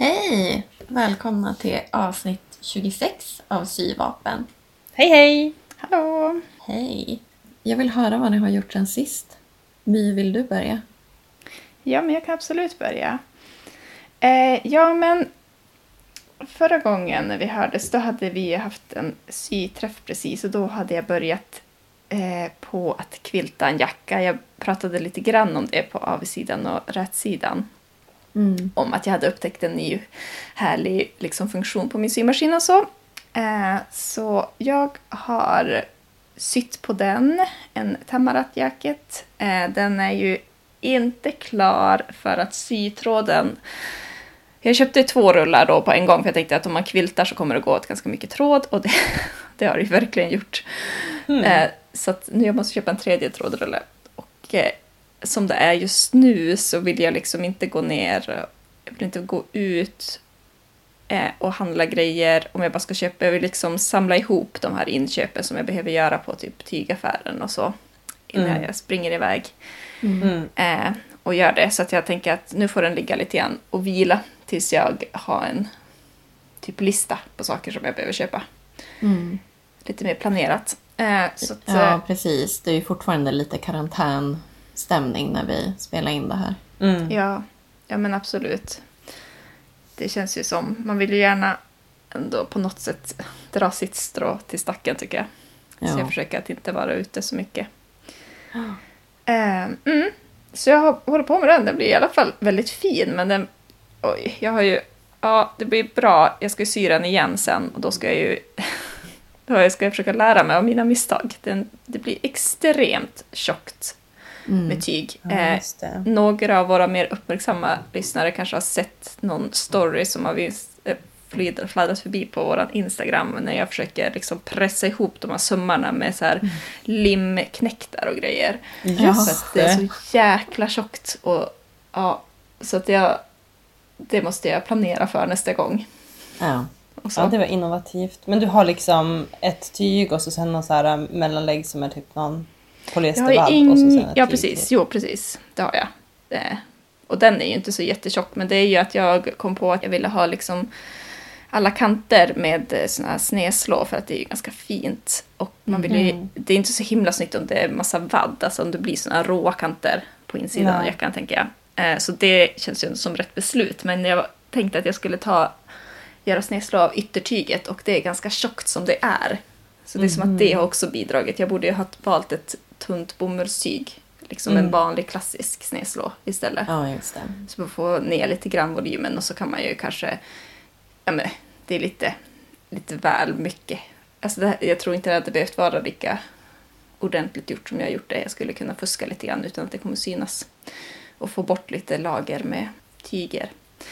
Hej! Välkomna till avsnitt 26 av Syvapen. Hej hej! Hallå! Hej! Jag vill höra vad ni har gjort sen sist. My, vill du börja? Ja, men jag kan absolut börja. Men förra gången när vi hördes, då hade vi haft en syträff precis. Och då hade jag börjat på att kvilta en jacka. Jag pratade lite grann om det på avsidan och rätsidan. Om att jag hade upptäckt en ny härlig funktion på min symaskin och så. Så jag har sytt på den, en Tamarat-jacket. Den är ju inte klar för att sytråden... Jag köpte 2 rullar då på en gång för jag tänkte att om man kviltar så kommer det gå åt ganska mycket tråd. Och det har det ju verkligen gjort. Så att nu jag måste köpa en 3:e trådrulle. Och som det är just nu så vill jag inte gå ner. Jag vill inte gå ut och handla grejer om jag bara ska köpa. Jag vill samla ihop de här inköpen som jag behöver göra på typ tygaffären och så. Innan jag springer iväg. Och gör det. Så att jag tänker att nu får den ligga lite grann och vila tills jag har en typ lista på saker som jag behöver köpa. Lite mer planerat. Så att, ja, precis. Det är ju fortfarande lite karantänstämning när vi spelar in det här. Ja, men absolut. Det känns ju som, man vill ju gärna ändå på något sätt dra sitt strå till stacken tycker jag. Ja. Så jag försöker att inte vara ute så mycket. Så jag håller på med den. Den blir i alla fall väldigt fin. Men den, det blir bra. Jag ska sy den igen sen. Och då ska jag försöka lära mig av mina misstag. Det blir extremt tjockt med tyg. Ja, några av våra mer uppmärksamma lyssnare kanske har sett någon story som har fladdat förbi på våran Instagram när jag försöker pressa ihop de här sömmarna med så här limknäktar och grejer. Så att det är så jäkla tjockt och så att det måste jag planera för nästa gång. Ja, det var innovativt. Men du har ett tyg och så sen någon så här mellanlägg som är typ någon polyestervadd och så sen ett tyg. Precis. Jo, precis. Det har jag. Och den är ju inte så jättetjock, men det är ju att jag kom på att jag ville ha alla kanter med såna här snedslå för att det är ju ganska fint. Och man vill ju, det är inte så himla snyggt om det är massa vadd, alltså om det blir såna här råa kanter på insidan av jackan tänker jag. Så det känns ju som rätt beslut, men jag tänkte att jag skulle göra snedslå av yttertyget och det är ganska tjockt som det är. Så det är som att det har också bidragit. Jag borde ju ha valt ett tunt bomullstyg. En vanlig klassisk snedslå istället. Ja, just det. Så man får ner lite grann volymen och så kan man ju kanske... det är lite väl mycket. Alltså jag tror inte det hade behövt vara lika ordentligt gjort som jag har gjort det. Jag skulle kunna fuska lite grann utan att det kommer synas. Och få bort lite lager med tyger.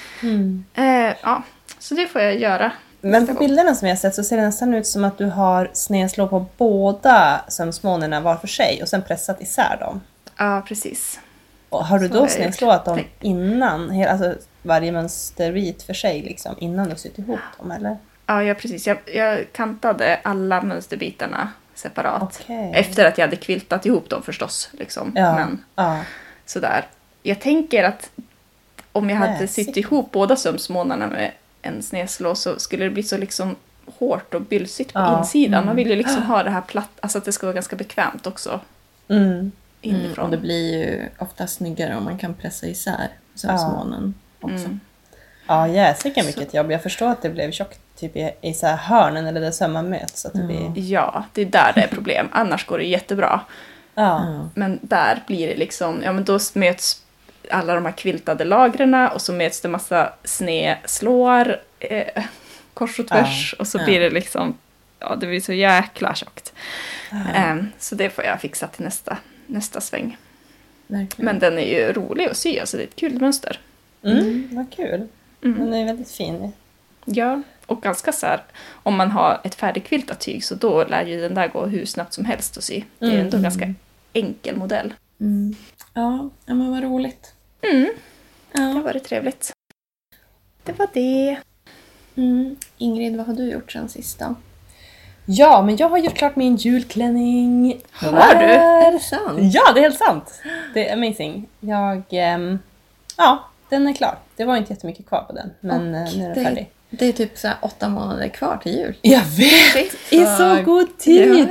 Så det får jag göra. Men på bilderna som jag har sett så ser det nästan ut som att du har snedslå på båda sömsmånerna var för sig och sen pressat isär dem. Ja, precis. Och har du då snedslåat dem innan, alltså varje mönsterbit för sig innan du sytt ihop dem, eller? Ja, precis. Jag kantade alla mönsterbitarna separat. Okay. Efter att jag hade kviltat ihop dem förstås. Sådär. Jag tänker att om jag hade sytt ihop båda sömsmånarna med en snedslå så skulle det bli så hårt och bylsigt på insidan. Man vill ju ha det här platt, alltså att det ska vara ganska bekvämt också. Inifrån. Och det blir ju ofta snyggare om man kan pressa isär sömsmånen också. Ja, jäsiken vilket jobb. Jag förstår att det blev tjockt typ i så här hörnen eller där sömmar möts. Så att det blir... Ja, det är där det är problem. Annars går det jättebra. Men där blir det men då möts alla de här kviltade lagren och så möts det massa snedslår kors och tvärs och så blir det det blir så jäkla tjockt. Så det får jag fixa till nästa sväng. Verkligen. Men den är ju rolig att sy, alltså det är ett kul mönster. Vad kul. Den är väldigt fin. Ja, och ganska så här, om man har ett färdigkviltat tyg så då lär ju den där gå hur snabbt som helst att sy. Det är ändå en ganska enkel modell. Ja, men vad roligt. Det var det trevligt. Det var det. Ingrid, vad har du gjort sen sista? Ja, men jag har gjort klart min julklänning. Har du? Är det sant? Ja, det är helt sant. Det är amazing. den är klar. Det var inte jättemycket kvar på den. Men nu är den färdig. Det är typ så här 8 månader kvar till jul. Jag vet! I så god tid!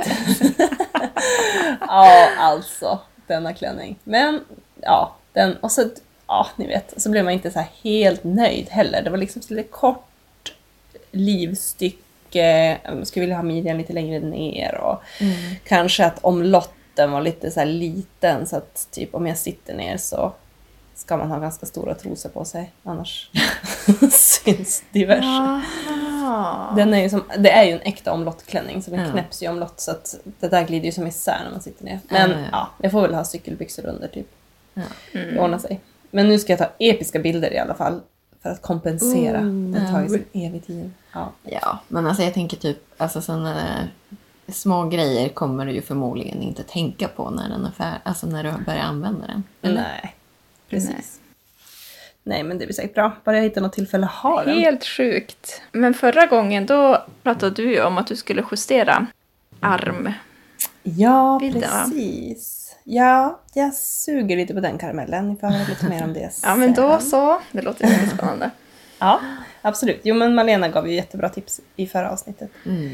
Ja, alltså. Denna klänning. Men, ja. Den, och så, ja, ni vet. Så blev man inte så här helt nöjd heller. Det var liksom lite kort livstycke. Man skulle vilja ha midjan lite längre ner. Och kanske att omlotten var lite så här liten. Så att typ om jag sitter ner så ska man ha ganska stora trosor på sig. Annars syns diverse. Den är ju som, det är ju en äkta omlottklänning. Så den knäpps ju omlott. Så att det där glider ju som isär när man sitter ner. Men ja, jag får väl ha cykelbyxor under typ. Det ordnar sig. Men nu ska jag ta episka bilder i alla fall. För att kompensera. Det tar ju sin evig tid. Ja, men alltså jag tänker typ, alltså sådana små grejer kommer du ju förmodligen inte tänka på när den är färdig. Alltså när du börjar använda den. Eller? Nej, precis. Nej, men det blir säkert bra. Bara jag hittar något tillfälle att ha den. Helt sjukt. Men förra gången då pratade du ju om att du skulle justera arm. Ja, precis. Ja, jag suger lite på den karamellen. Ni får höra lite mer om det sen. Ja, men då så. Det låter väldigt spännande. Ja, absolut. Jo, men Malena gav ju jättebra tips i förra avsnittet.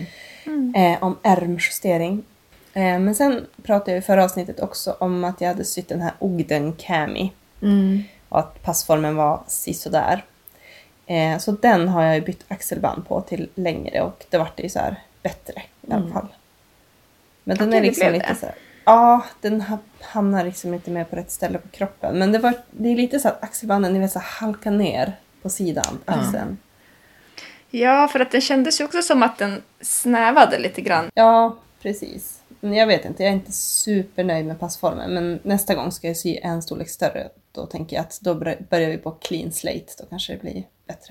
Om ärmjustering. Men sen pratade jag i förra avsnittet också om att jag hade sytt den här Ogden Cami. Och att passformen var sisådär. Så den har jag ju bytt axelband på till längre. Och det vart ju så här bättre i alla fall. Men den är liksom lite så här. Ja, den hamnar liksom lite mer på rätt ställe på kroppen. Men det är lite så att axelbanden, ni vet, så halkar ner på sidan på axeln. Ja, för att det kändes ju också som att den snävade lite grann. Ja, precis. Men jag vet inte, jag är inte supernöjd med passformen. Men nästa gång ska jag sy en storlek större. Då tänker jag att då börjar vi på clean slate. Då kanske det blir bättre.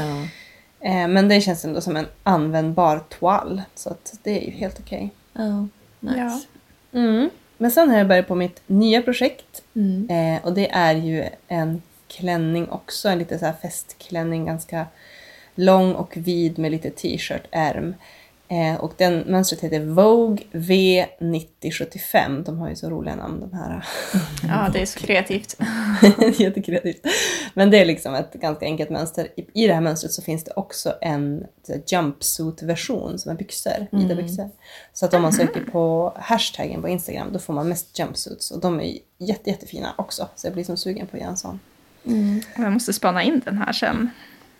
Men det känns ändå som en användbar toal. Så att det är ju helt okej. Ja, nice. Ja. Men sen har jag börjat på mitt nya projekt. Och det är ju en klänning också. En lite så här festklänning. Ganska lång och vid med lite t-shirt-ärm. Och den mönstret heter Vogue V9075. De har ju så roliga namn, de här. Ja, det är så kreativt. Jättekreativt. Men det är liksom ett ganska enkelt mönster. I det här mönstret så finns det också en jumpsuit-version som är byxor, vida byxor. Så att om man söker på hashtaggen på Instagram, då får man mest jumpsuits. Och de är jättefina också. Så jag blir som sugen på att göra en sån. Jag måste spana in den här sen.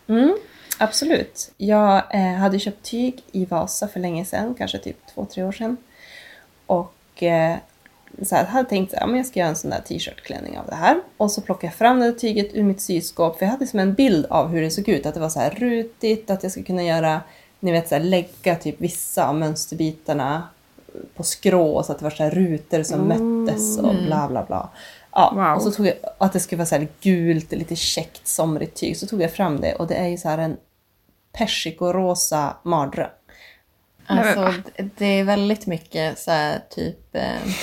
Absolut. Jag hade köpt tyg i Vasa för länge sedan, kanske typ 2-3 år sedan. Och så här, hade tänkt att jag ska göra en sån där t-shirt-klänning av det här. Och så plockade jag fram det tyget ur mitt syskåp. För jag hade som en bild av hur det såg ut. Att det var så här rutigt, att jag skulle kunna göra, ni vet, så här, lägga typ vissa av mönsterbitarna på skrå. Så att det var så här rutor som möttes och bla bla bla. Ja, wow. Och så tog jag att det skulle vara så här gult, lite käckt, somrigt tyg. Så tog jag fram det och det är ju så här en persikorosa mardröm. Alltså det är väldigt mycket så här typ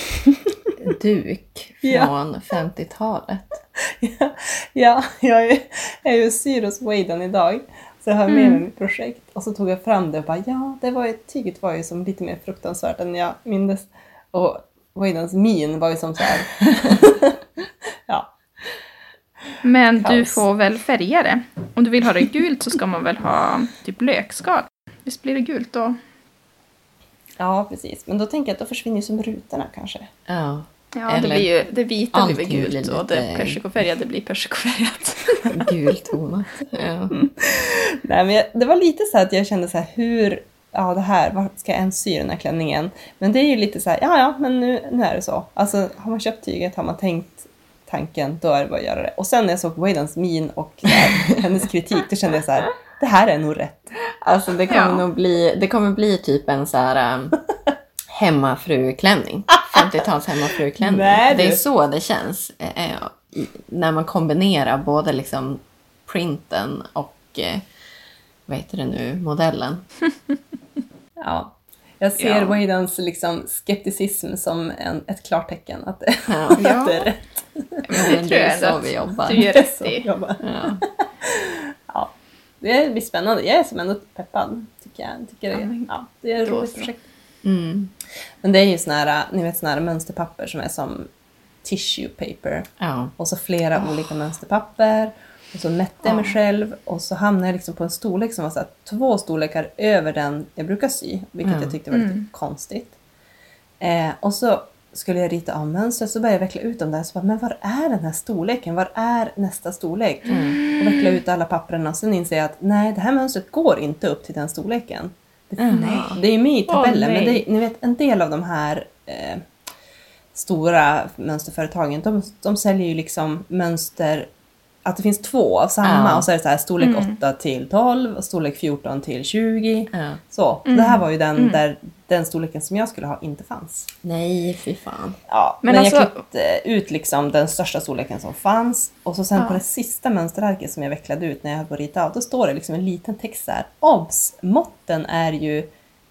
duk från 50-talet. Ja, jag är ju syr hos Waden idag. Så jag har med mig mitt projekt. Och så tog jag fram det och bara, tyget var ju som lite mer fruktansvärt än jag mindes. Och Wadens min var ju som så här. Ja. Men du får väl färga det. Om du vill ha det gult så ska man väl ha typ lökskal. Visst blir det gult då? Ja, precis. Men då tänker jag att då försvinner ju som rutorna kanske. Ja. Ja, det blir ju det vita blir gult och det persikofärgade blir persikofärgat. Gultonat. Ja. Nej, men det var lite så att jag kände så här, vad ska jag ens sy den här klänningen? Men det är ju lite så här, men nu är det så. Alltså, har man köpt tyget, har man tänkt tanken, då är det bara att göra det. Och sen när jag såg Wadens min och hennes kritik, då kände jag så här, det här är nog rätt. Alltså det kommer nog bli typ en så här hemmafruklänning. 50-tals hemmafruklänning. Det är så det känns när man kombinerar både liksom printen och vad heter det nu, modellen. Ja. Jag ser Wadens liksom skepticism som ett klartecken att det är rätt. Men det är så vi jobbar. Du gör rätt i. Ja. Det blir spännande. Jag är som ändå peppad, tycker det är ett roligt projekt. Men det är ju såna här mönsterpapper som är som tissue paper. Och så flera olika mönsterpapper. Och så mätte jag mig själv och så hamnade jag liksom på en storlek som var så här 2 storlekar över den jag brukar sy. Vilket jag tyckte var lite konstigt. Och så skulle jag rita av mönstret, så började jag veckla ut dem där. Så bara, men var är den här storleken? Var är nästa storlek? Och veckla ut alla papperna och sen inser jag att nej, det här mönstret går inte upp till den storleken. Det är med i tabellen, men det är, ni vet, en del av de här stora mönsterföretagen, de säljer ju liksom mönster, att det finns 2 av samma, och så är det så här storlek 8 till 12 och storlek 14 till 20. Så, det här var ju den där den storleken som jag skulle ha inte fanns. Nej, fy fan. Ja, men alltså, jag klippte ut liksom den största storleken som fanns. Och så sen på det sista mönsterarket som jag vecklade ut när jag höll på att rita av, då står det liksom en liten text där. Obs! Måtten är ju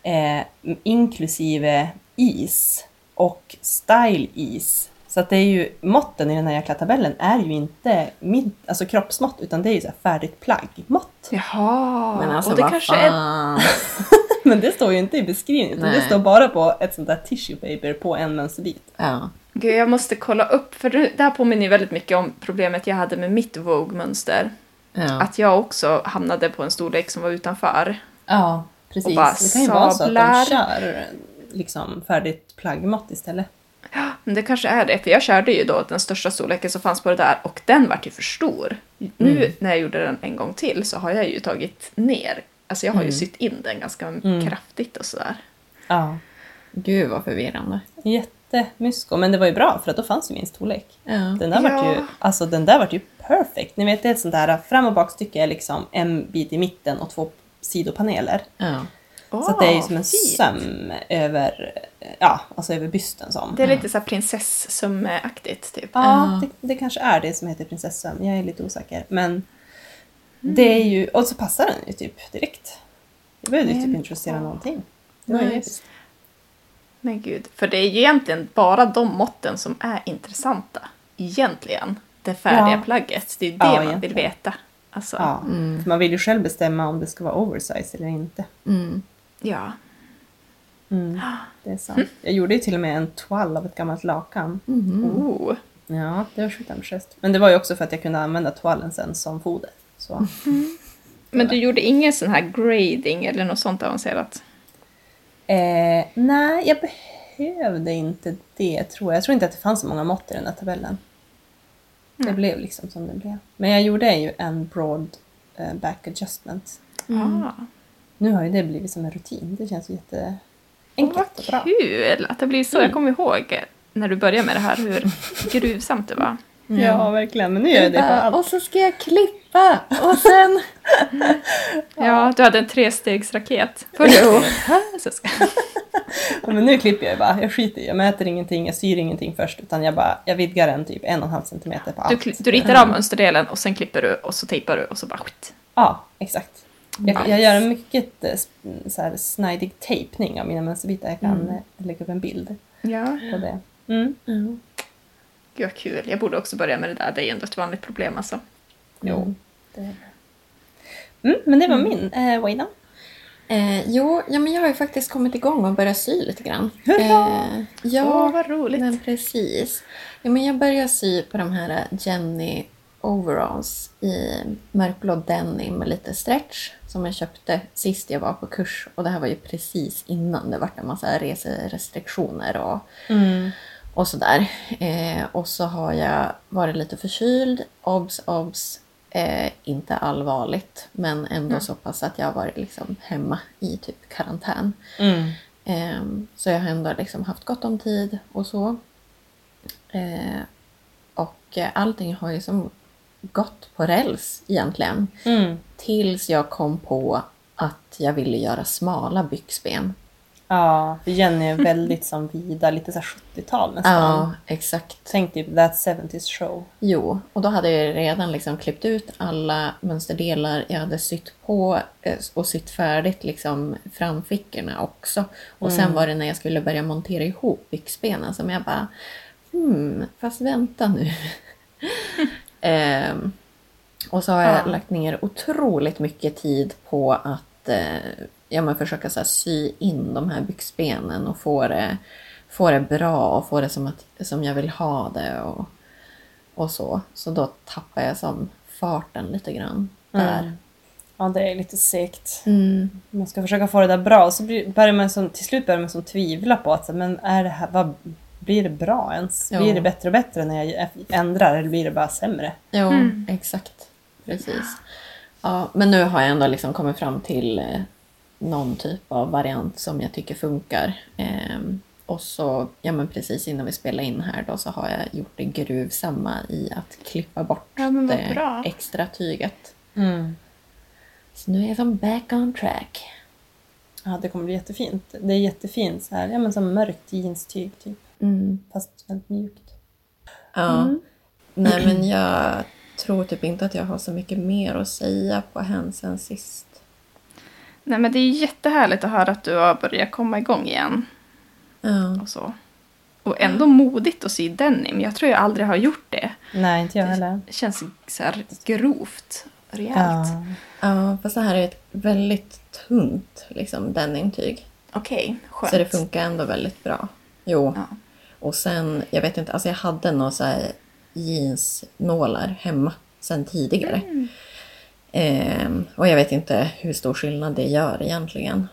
inklusive is och style is. Så att det är ju, måtten i den här jäkla tabellen är ju inte alltså kroppsmått, utan det är ju så här färdigt plaggmått. Jaha, men alltså, och det kanske är... Men det står ju inte i beskrivningen, utan det står bara på ett sånt där tissue paper på en mönsterbit. Ja. Gud, jag måste kolla upp, för det här påminner ju väldigt mycket om problemet jag hade med mitt Vogue-mönster. Ja. Att jag också hamnade på en storlek som var utanför. Ja, precis. Och bara det kan ju vara så att de kör liksom färdigt plaggmått istället. Ja, men det kanske är det. För jag körde ju då den största storleken som fanns på det där. Och den var ju för stor. Nu när jag gjorde den en gång till så har jag ju tagit ner. Alltså jag har ju sytt in den ganska kraftigt och sådär. Ja. Gud vad förvirrande. Jättemysko. Men det var ju bra, för att då fanns ju min storlek. Ja. Den där var ju perfekt. Ni vet, det är ett sånt där fram- och bakstycke är liksom en bit i mitten och 2 sidopaneler. Ja. Så att det är ju som en söm över, alltså över bysten som. Det är lite så här prinsessöm-aktigt typ. Ja, det kankanske är det som heter prinsessöm. Jag är lite osäker. Men det är ju, och så passar den ju typ direkt. Jag behövde ju typ introducera någonting. Det var ju Men gud, för det är ju egentligen bara de måtten som är intressanta. Egentligen. Det färdiga plagget. Det är ju det man vill veta. Alltså. Ja, för man vill ju själv bestämma om det ska vara oversize eller inte. Ja. Det är sant. Jag gjorde ju till och med en toal av ett gammalt lakan. Ja, det var sjukt ambitiöst. Men det var ju också för att jag kunde använda toalen sen som foder. Så. Men du gjorde ingen sån här grading eller något sånt avancerat? Nej, jag behövde inte det, tror jag. Jag tror inte att det fanns så många mått i den här tabellen. Det blev liksom som det blev. Men jag gjorde ju en broad back adjustment. Nu har ju det blivit som en rutin. Det känns ju jätteenkelt och bra. Vad kul att det blir så. Jag kommer ihåg när du började med det här hur gruvsamt det var. Ja, verkligen. Men nu gör jag det på allt. Och så ska jag klippa. Och sen... Ja, du hade en 3-stegsraket. Så ska... Ja, men nu klipper jag ju bara. Jag skiter i. Jag mäter ingenting. Jag syr ingenting först. Utan jag vidgar den typ 1,5 centimeter på allt. Du ritar av mönsterdelen och sen klipper du och så tejpar du och så bara skit. Ja, exakt. Jag gör en mycket så här snidig tejpning av mina mönsterbitar. Jag kan lägga upp en bild på det. Gud vad kul. Jag borde också börja med det där. Det är ju ändå ett vanligt problem alltså. Jo, det är det. Men det var min. Waina? Men jag har ju faktiskt kommit igång och börjat sy lite grann. Vad roligt. Men precis. Ja, men jag började sy på de här Jenny overalls i mörkblå denim med lite stretch som jag köpte sist jag var på kurs. Och det här var ju precis innan det var en massa reserestriktioner och sådär. Och så har jag varit lite förkyld. Obs. Inte allvarligt, men ändå så pass att jag har varit liksom hemma i typ karantän. Så jag har ändå liksom haft gott om tid och så. Och allting har ju som gått på räls egentligen. Tills jag kom på att jag ville göra smala byxben. Ja, för Jenny är väldigt som vida, lite så 70-tal nästan. Ja, exakt. Tänk typ That 70's Show. Jo, och då hade jag redan liksom klippt ut alla mönsterdelar. Jag hade sytt på och sytt färdigt liksom framfickorna också. Och sen var det när jag skulle börja montera ihop byxbenen som jag bara, fast vänta nu. Och så har jag lagt ner otroligt mycket tid på att försöka så här, sy in de här byxbenen och få det bra och få det som jag vill ha det och så. Så då tappar jag som farten lite grann där. Ja, det är lite segt. Mm. Man ska försöka få det där bra. Så börjar man till slut börjar man tvivla på att men är det här, blir det bra ens? Ja. Blir det bättre och bättre när jag ändrar eller blir det bara sämre? Jo, exakt. Precis. Ja, men nu har jag ändå liksom kommit fram till någon typ av variant som jag tycker funkar. Och så, ja men precis innan vi spelar in här då så har jag gjort det gruvsamma i att klippa bort det bra. extra tyget. Så nu är jag som back on track. Ja, det kommer bli jättefint. Det är jättefint så här, ja men som mörkt jeanstyg typ. Fast väldigt mjukt. Ja. Nej men jag tror typ inte att jag har så mycket mer att säga på henne sen sist. Nej, men det är jättehärligt att höra att du har börjat komma igång igen. Ja. Och så. Och ändå modigt att sy denim. Jag tror jag aldrig har gjort det. Nej, inte jag heller. Det känns så här grovt, rejält. Ja. Ja, fast det här är ett väldigt tunt liksom, denimtyg. Okej, skönt. Så det funkar ändå väldigt bra. Jo. Ja. Och sen, jag vet inte, alltså jag hade några så här jeansnålar hemma sen tidigare. Och jag vet inte hur stor skillnad det gör egentligen.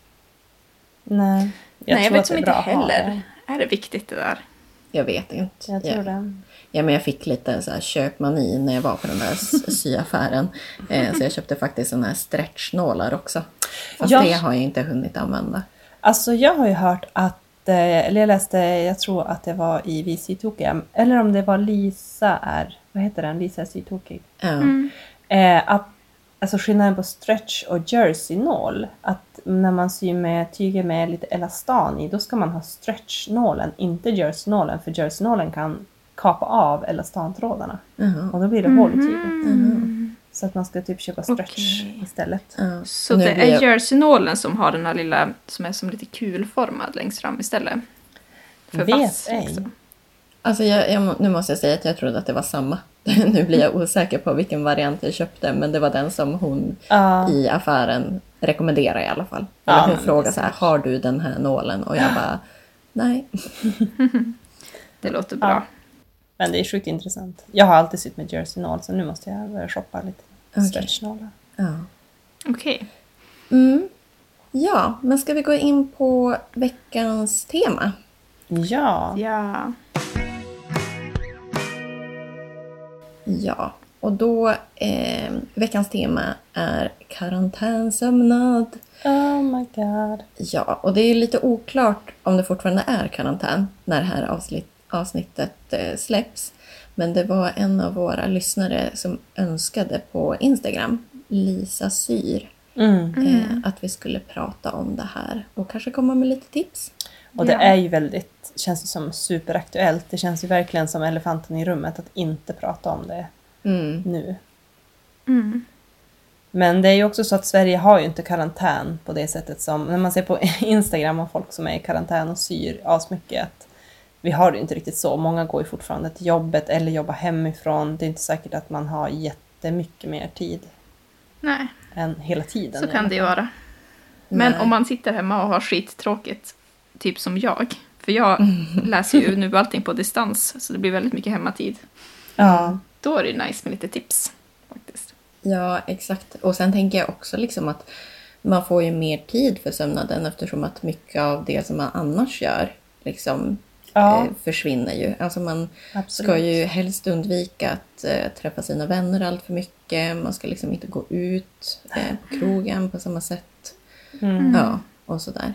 Nej, jag vet som inte att ha heller. Är det viktigt det där? Jag vet inte. Jag tror det. Ja, men jag fick lite så här köpmani när jag var på den där syaffären. Så jag köpte faktiskt såna här stretchnålar också. Fast det har jag inte hunnit använda. Alltså jag har ju hört att, eller jag läste, jag tror att det var i Vi sytokiga, eller om det var Lisa är, vad heter den? Lisa är sytokig. Ja. Att, alltså skillnaden på stretch och jersey-nål, att när man syr med tyger med lite elastan i, då ska man ha stretch-nålen, inte jersey-nålen, för jersey-nålen kan kapa av elastantrådarna. Och då blir det hål i tyget. Så att man ska typ köpa stretch istället. Ja. Så Nu det blir är jag- jersey-nålen som har den här lilla, som är som lite kulformad längst fram istället. För Vet vass ej. liksom. Alltså nu måste jag säga att jag trodde att det var samma. Nu blir jag osäker på vilken variant jag köpte. Men det var den som hon i affären rekommenderar i alla fall. Eller hon men frågar det så här, har du den här nålen? Och jag bara, nej. Det låter bra. Men det är sjukt intressant. Jag har alltid sytt med jersey-nål, så nu måste jag börja shoppa lite stretch-nålar. Ja. Okej. Ja, men ska vi gå in på veckans tema? Ja. Ja. Ja, och då veckans tema är karantänsömnad. Oh my god. Ja, och det är lite oklart om det fortfarande är karantän när det här avsnittet släpps. Men det var en av våra lyssnare som önskade på Instagram, Lisa Syr, att vi skulle prata om det här och kanske komma med lite tips. Och det är ju väldigt, känns det som superaktuellt. Det känns ju verkligen som elefanten i rummet att inte prata om det nu. Men det är ju också så att Sverige har ju inte karantän på det sättet som, när man ser på Instagram och folk som är i karantän och syr asmycket, att vi har det ju inte riktigt så. Många går ju fortfarande till jobbet eller jobbar hemifrån. Det är inte säkert att man har jättemycket mer tid Nej, än hela tiden. så kan det ju vara. Men om man sitter hemma och har skittråkigt, typ som jag. För jag läser ju nu allting på distans, så det blir väldigt mycket hemmatid. Ja. Då är det nice med lite tips, faktiskt. Ja, exakt. Och sen tänker jag också liksom att man får ju mer tid för sömnaden eftersom att mycket av det som man annars gör liksom försvinner ju. Alltså man ska ju helst undvika att träffa sina vänner allt för mycket. Man ska liksom inte gå ut på krogen på samma sätt. Ja, och sådär.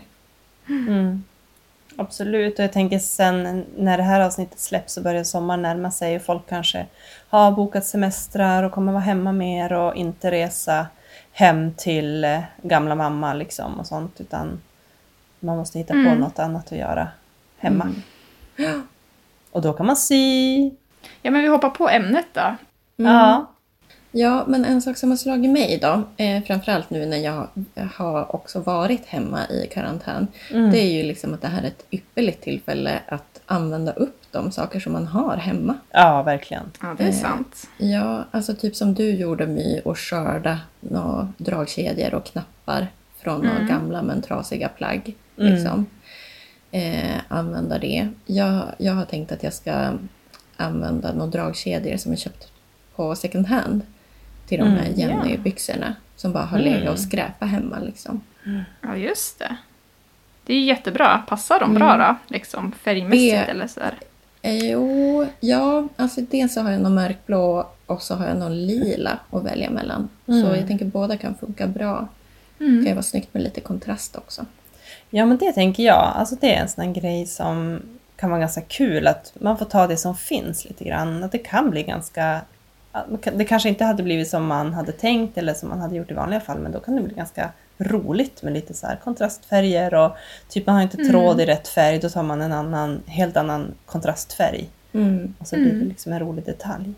Absolut, och jag tänker sen när det här avsnittet släpps så börjar sommaren närma sig och folk kanske har bokat semestrar och kommer vara hemma mer och inte resa hem till gamla mamma liksom och sånt, utan man måste hitta på något annat att göra hemma. Och då kan man sy. Ja, men vi hoppar på ämnet då. Ja, men en sak som har slagit mig då, framförallt nu när jag har också varit hemma i karantän, det är ju liksom att det här är ett ypperligt tillfälle att använda upp de saker som man har hemma. Ja, verkligen. Ja, det är sant. Ja, alltså typ som du gjorde My och skörda några dragkedjor och knappar från några gamla men trasiga plagg. Liksom. Använda det. Jag har tänkt att jag ska använda några dragkedjor som jag köpt på second hand. till de här Jenny-byxorna som bara har legat och skräpat hemma liksom. Ja, just det. Det är jättebra. Passar de bra då? Liksom färgmässigt eller så där? Jo, ja, alltså dels så har jag någon mörkblå och så har jag någon lila att välja mellan. Så jag tänker båda kan funka bra. Det kan ju vara snyggt med lite kontrast också. Ja, men det tänker jag. Alltså det är en sån här grej som kan vara ganska kul. Att man får ta det som finns lite grann. Att det kan bli ganska... Det kanske inte hade blivit som man hade tänkt eller som man hade gjort i vanliga fall. Men då kan det bli ganska roligt med lite så här kontrastfärger. Och typ man har inte tråd i rätt färg. Då tar man en helt annan kontrastfärg. Och så blir det liksom en rolig detalj.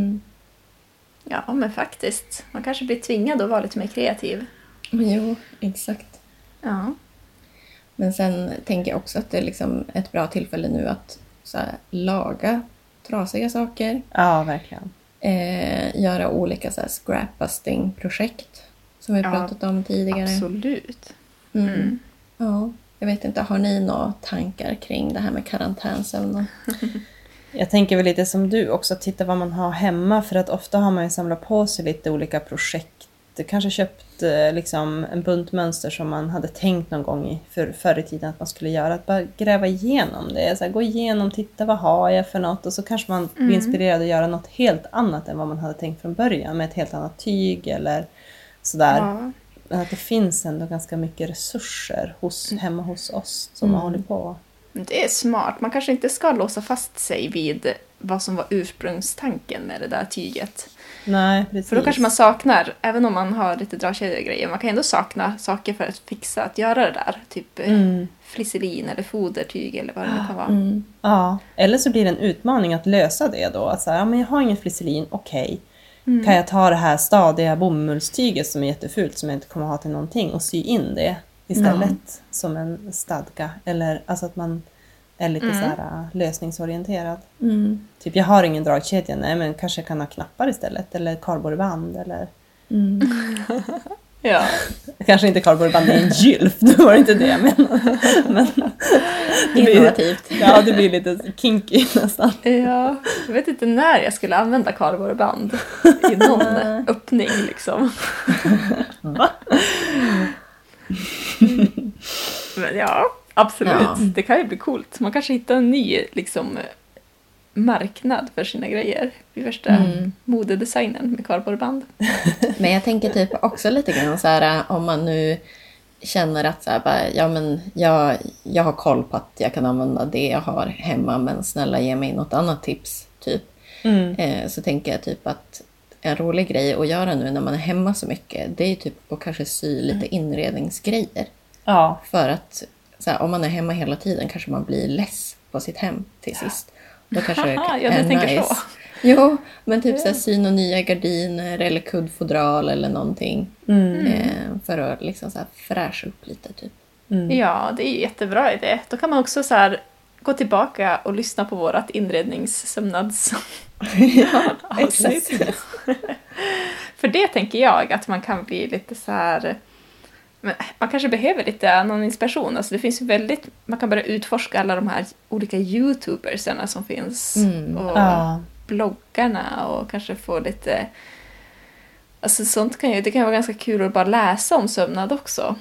Ja, men faktiskt. Man kanske blir tvingad att vara lite mer kreativ. Jo, exakt. Ja. Men sen tänker jag också att det är liksom ett bra tillfälle nu att så här, laga trasiga saker. Ja, verkligen. Göra olika så här, scrapbusting-projekt som vi pratat om tidigare. Absolut. Ja, jag vet inte, har ni några tankar kring det här med karantänsömnen? Jag tänker väl lite som du också, titta vad man har hemma. För att ofta har man ju samlat på sig lite olika projekt. Kanske köpt liksom en bunt mönster som man hade tänkt någon gång förr i tiden att man skulle göra. Att bara gräva igenom det. Så här, gå igenom, titta vad har jag för något. Och så kanske man blir inspirerad att göra något helt annat än vad man hade tänkt från början. Med ett helt annat tyg eller sådär. Ja. Att det finns ändå ganska mycket resurser hemma hos oss som har hållit på. Det är smart. Man kanske inte ska låsa fast sig vid vad som var ursprungstanken med det där tyget. Nej, precis. För då kanske man saknar, även om man har lite dragkedjegrejer, man kan ändå sakna saker för att fixa, att göra det där. Typ flisselin eller fodertyg eller vad det nu kan vara. Ja, eller så blir det en utmaning att lösa det då. Att säga, ja, men jag har ingen flisselin, okej. Kan jag ta det här stadiga bomullstyget som är jättefult som jag inte kommer ha till någonting och sy in det istället som en stadga. Eller alltså att man är lite så här lösningsorienterad. Typ jag har ingen dragkedja, nej men kanske kan ha knappar istället. Eller kardborreband eller... Ja. Kanske inte kardborreband är en gylf, det var inte det jag menade. Men Innovativt. Ja, det blir lite kinky nästan. Ja, jag vet inte när jag skulle använda kardborreband i någon öppning liksom. Va? Men ja, absolut. Ja. Det kan ju bli coolt. Man kanske hittar en ny liksom, marknad för sina grejer. I värsta modedesignen med kardborreband. Men jag tänker typ också lite grann så här, om man nu känner att så här, bara, ja, men jag har koll på att jag kan använda det jag har hemma, men snälla ge mig något annat tips typ. Så tänker jag typ att en rolig grej att göra nu när man är hemma så mycket, det är typ att kanske sy lite inredningsgrejer. Ja. För att så här, om man är hemma hela tiden kanske man blir less på sitt hem till sist. Då kanske det Ja, är du tänker nice. så. Jo, men typ så här, sy några nya gardiner eller kuddfodral eller någonting. För att liksom så här fräscha upp lite typ. Ja, det är ju jättebra idé. Då kan man också så här gå tillbaka och lyssna på vårat inredningssömnads avsnitt. För det tänker jag att man kan bli lite så här... Men man kanske behöver lite annan inspiration. Alltså det finns ju väldigt... Man kan börja utforska alla de här olika YouTubersarna som finns. Och bloggarna och kanske få lite... Alltså sånt det kan vara ganska kul att bara läsa om sömnad också.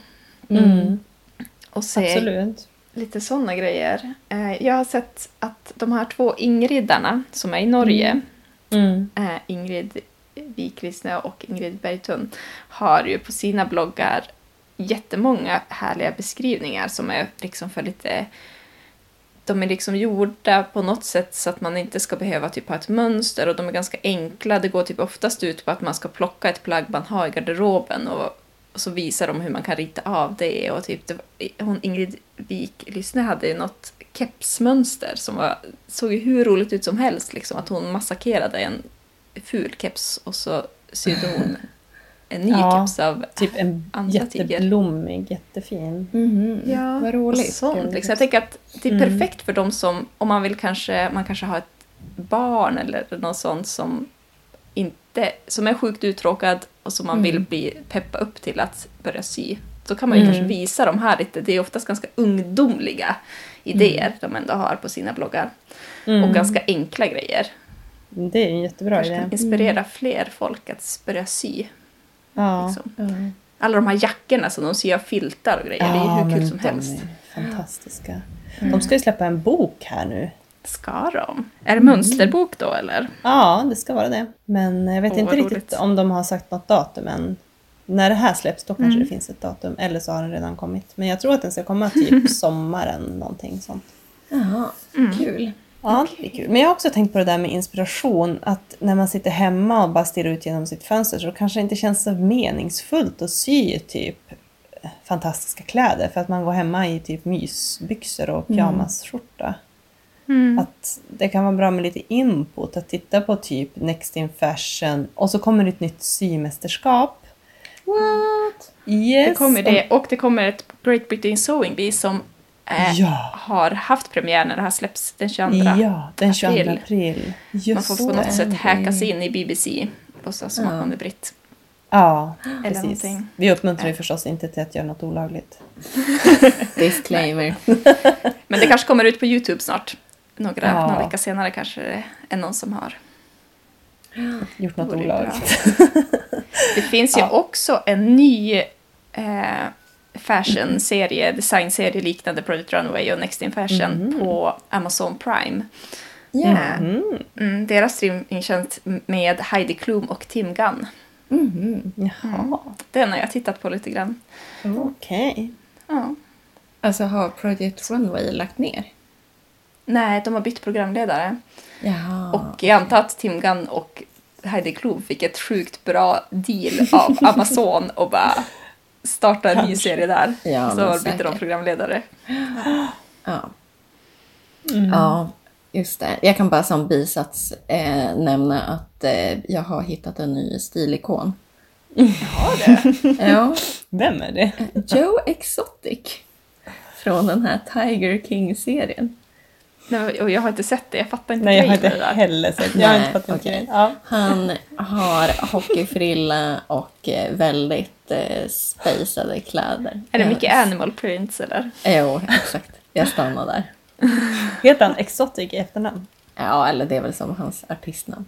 Och se Absolut. lite sådana grejer. Jag har sett att de här 2 Ingridarna som är i Norge, Ingrid Wiklisne och Ingrid Bergtun, har ju på sina bloggar jättemånga härliga beskrivningar som är liksom för lite... De är liksom gjorda på något sätt så att man inte ska behöva typ ha ett mönster, och de är ganska enkla. Det går typ oftast ut på att man ska plocka ett plagg man har i garderoben och så visar de hur man kan rita av det. Och typ Ingrid Wik-Lyssne hade ju något kepsmönster som såg ju hur roligt ut som helst. Liksom, att hon massakerade en ful keps och så sydde hon en ny keps av typ en jätteblommig, jättefin. Ja, vad roligt. Sånt, liksom. Jag tänker att det är perfekt för dem som, om man vill man kanske har ett barn eller något sånt som är sjukt uttråkad och som man vill peppa upp till att börja sy. Då kan man ju kanske visa de här lite. Det är oftast ganska ungdomliga idéer de ändå har på sina bloggar. Och ganska enkla grejer. Det är en jättebra Kanske idé. kan inspirera fler folk att börja sy. Ja. Liksom. Alla de här jackorna som de syr av filtar och grejer. Det är hur kul som helst. De är fantastiska. De ska ju släppa en bok här nu. Ska de? Är det mönsterbok då eller? Ja, det ska vara det. Men jag vet Åh, inte vad riktigt roligt. om de har sagt något datum än. När det här släpps då kanske det finns ett datum. Eller så har den redan kommit. Men jag tror att den ska komma typ sommaren. Någonting sånt. Jaha, kul. Ja, det är kul. Men jag har också tänkt på det där med inspiration. Att när man sitter hemma och bara stirrar ut genom sitt fönster så kanske det inte känns så meningsfullt att sy typ fantastiska kläder. För att man går hemma i typ mysbyxor och pyjamasskjorta. Att det kan vara bra med lite input. Att titta på typ Next in Fashion. Och så kommer det ett nytt symästerskap. What? Yes. Det kommer det. Och det kommer ett Great Britain Sewing Bee som har haft premiär när det här släpps den 22 Ja, den 22 april. Just man får på något sätt hacka sig in i BBC. Låtsas som att man är britt. Ja, Eller precis. någonting. Vi uppmuntrar ju förstås inte till att göra något olagligt. Disclaimer. Men det kanske kommer ut på YouTube snart. Någon vecka senare kanske det är någon som har. Gjort något vore olagligt. Det finns ju också en ny fashion-serie, designserie liknande Project Runway och Next in Fashion på Amazon Prime. Ja. Deras streamingtjänst med Heidi Klum och Tim Gunn. Jaha, Den har jag tittat på lite grann. okej. Ja. Alltså har Project Runway lagt ner? Nej, de har bytt programledare. Jaha. Och jag antar att Tim Gunn och Heidi Klum fick ett sjukt bra deal av Amazon och bara starta en ny serie där. Ja, så men bytte de säkert. programledare. Ja. Ja, just det. Jag kan bara som bisats nämna att jag har hittat en ny stilikon. Ja, det. Ja, Vem är det? Joe Exotic. Från den här Tiger King-serien. Nej, och jag har inte sett det, jag fattar inte Nej, jag har grejen med inte det där. heller sett. Jag har Nej, inte fattat okej. grejen. Ja. Han har hockeyfrilla och väldigt spejsade kläder. Är det mycket animal prints eller? Jo, exakt. Jag stannar där. Heter han Exotic i efternamn? Ja, eller det är väl som hans artistnamn.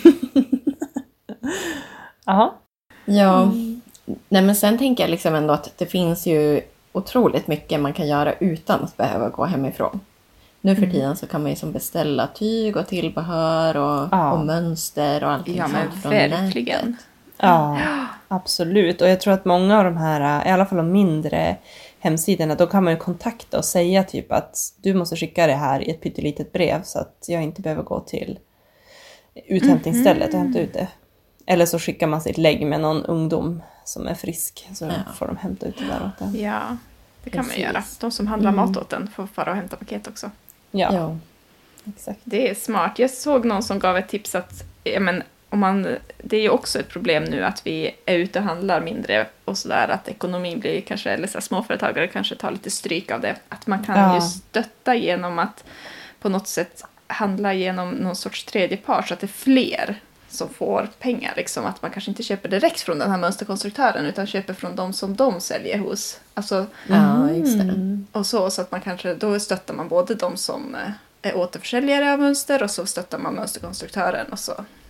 Jaha. Ja, nej men sen tänker jag liksom ändå att det finns ju otroligt mycket man kan göra utan att behöva gå hemifrån. Nu för tiden så kan man ju som beställa tyg och tillbehör och mönster och allting Ja, men sånt från verkligen. nätet. Ja, absolut. Och jag tror att många av de här, i alla fall de mindre hemsidorna, då kan man ju kontakta och säga typ att du måste skicka det här i ett pyttelitet brev så att jag inte behöver gå till uthämtningsstället och hämta ut det. Eller så skickar man sitt lägg med någon ungdom som är frisk så får de hämta ut det där åt den. Ja, det kan man Precis. göra. De som handlar mat åt den får fara och hämta paket också. Ja, exakt. Det är smart. Jag såg någon som gav ett tips att det är ju också ett problem nu att vi är ute och handlar mindre och sådär, att ekonomin blir kanske, eller så här, småföretagare kanske tar lite stryk av det. Att man kan ju stötta genom att på något sätt handla genom någon sorts tredje part så att det är fler som får pengar. Liksom. Att man kanske inte köper direkt från den här mönsterkonstruktören utan köper från de som de säljer hos. Alltså, Ja, just det. och så att man kanske, då stöttar man både de som är återförsäljare av mönster och så stöttar man mönsterkonstruktören och så.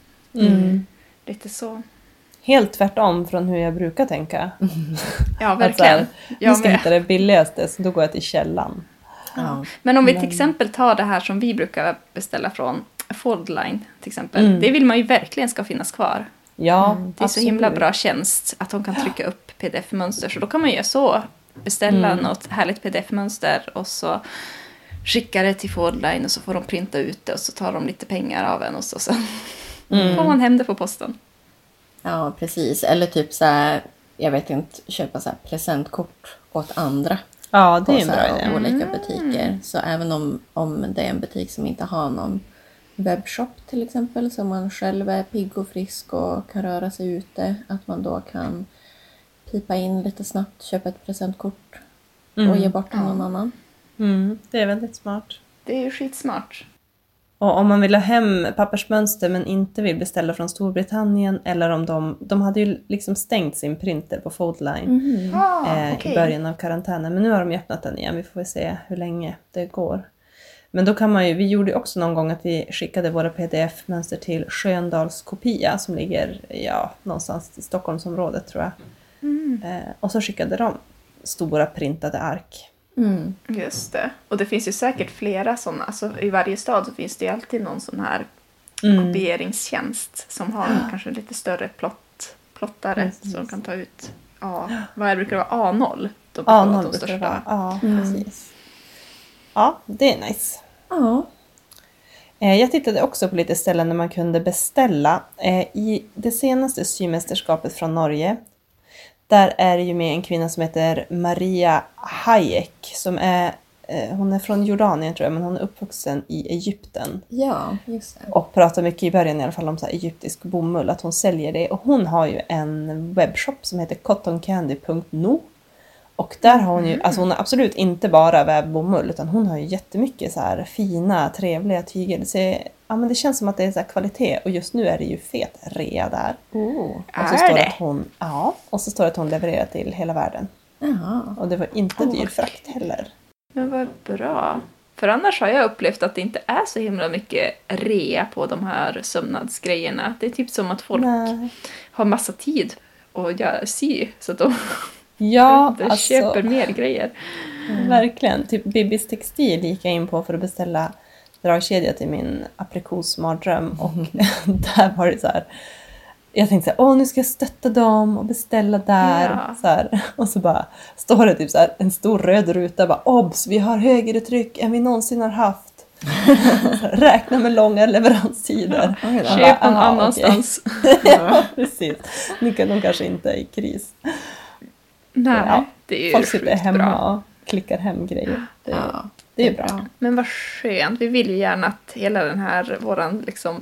Lite så. Helt tvärtom från hur jag brukar tänka. Ja, Att så verkligen. här, nu Jag ska jag med. hitta det billigaste så då går jag till källan. Ja. Men om vi till exempel tar det här som vi brukar beställa från Foldline till exempel. Det vill man ju verkligen ska finnas kvar. Ja, Det är så himla bra tjänst att de kan trycka upp pdf-mönster. Så då kan man göra så. Beställa något härligt pdf-mönster och så skicka det till Foldline och så får de printa ut det och så tar de lite pengar av en och så får man hem det på posten. Ja, precis. Eller typ så här, jag vet inte, köpa så här presentkort åt andra. Ja, det är På en så bra här idé. olika butiker. Så även om det är en butik som inte har någon webbshop till exempel, så man själv är pigg och frisk och kan röra sig ute, att man då kan pipa in lite snabbt, köpa ett presentkort och ge bort till någon annan. Det är väldigt smart. Det är ju skitsmart. Och om man vill ha hem pappersmönster men inte vill beställa från Storbritannien, eller om de hade ju liksom stängt sin printer på Foldline i början av karantänen. Men nu har de öppnat den igen, vi får väl se hur länge det går. Men då kan man ju, vi gjorde ju också någon gång att vi skickade våra pdf-mönster till Sköndals kopia som ligger någonstans i Stockholmsområdet tror jag. Och så skickade de stora printade ark. Just det. Och det finns ju säkert flera sådana. Alltså, i varje stad så finns det ju alltid någon sån här kopieringstjänst som har kanske lite större plottare som kan ta ut. Vad brukar det vara? A0? Då brukar det vara de största. Ja, precis. Ja, det är nice. Ja. Jag tittade också på lite ställen där man kunde beställa. I det senaste symästerskapet från Norge, där är det ju med en kvinna som heter Maria Hayek, som hon är från Jordanien tror jag, men hon är uppvuxen i Egypten. Ja, just det. Och pratar mycket i början i alla fall om så här egyptisk bomull, att hon säljer det. Och hon har ju en webbshop som heter cottoncandy.no. Och där har hon ju, alltså hon är absolut inte bara vävbomull, utan hon har ju jättemycket så här fina, trevliga tyger. Men det känns som att det är så här kvalitet, och just nu är det ju fet rea där. Och så står det att hon, och så står det att hon levererar till hela världen. Jaha. Och det var inte dyr frakt heller. Men vad bra. För annars har jag upplevt att det inte är så himla mycket rea på de här sömnadsgrejerna. Det är typ som att folk har massa tid att sy, så att de köper mer grejer. Verkligen. Typ Bibis textil gick jag in på för att beställa dragkedja till min aprikosmardröm. Och där var det så här. Jag tänkte så här, nu ska jag stötta dem och beställa där. Ja. Så här. Och så bara står det typ så här, en stor röd ruta. Bara, obs, vi har högre tryck än vi någonsin har haft. Räkna med långa leveranstider. Köp någon annanstans. Ja, precis. Nu kan de kanske inte är i kris. Nej, det är ju folk sitter hemma bra. och klickar hem grejer. Det är bra. Men vad skönt. Vi vill ju gärna att hela den här våran liksom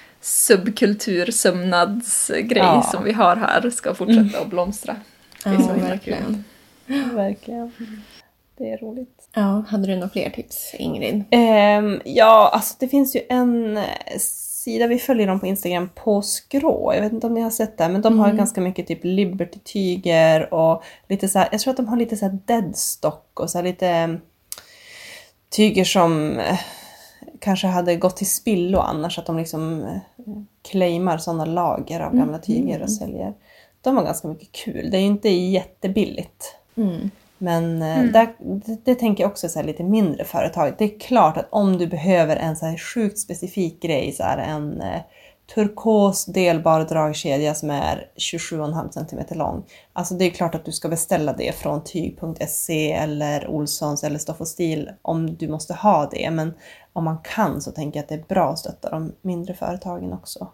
subkultur-sömnadsgrej som vi har här ska fortsätta att blomstra. Det är så verkligen. Verkligen. Det är roligt. Ja, hade du några fler tips, Ingrid? Alltså det finns ju en sida, vi följer dem på Instagram, på Skrå. Jag vet inte om ni har sett det, men de har ganska mycket typ Liberty-tyger och lite så här, jag tror att de har lite så här deadstock och så här lite tyger som kanske hade gått till spillo annars, att de liksom claimar sådana lager av gamla tyger och säljer. De har ganska mycket kul. Det är ju inte jättebilligt. Men det tänker jag också så här lite mindre företag. Det är klart att om du behöver en så här sjukt specifik grej, så är en turkos delbar dragkedja som är 27,5 cm lång. Alltså det är klart att du ska beställa det från tyg.se eller Olssons eller Stoff och Stil om du måste ha det. Men om man kan så tänker jag att det är bra att stötta de mindre företagen också.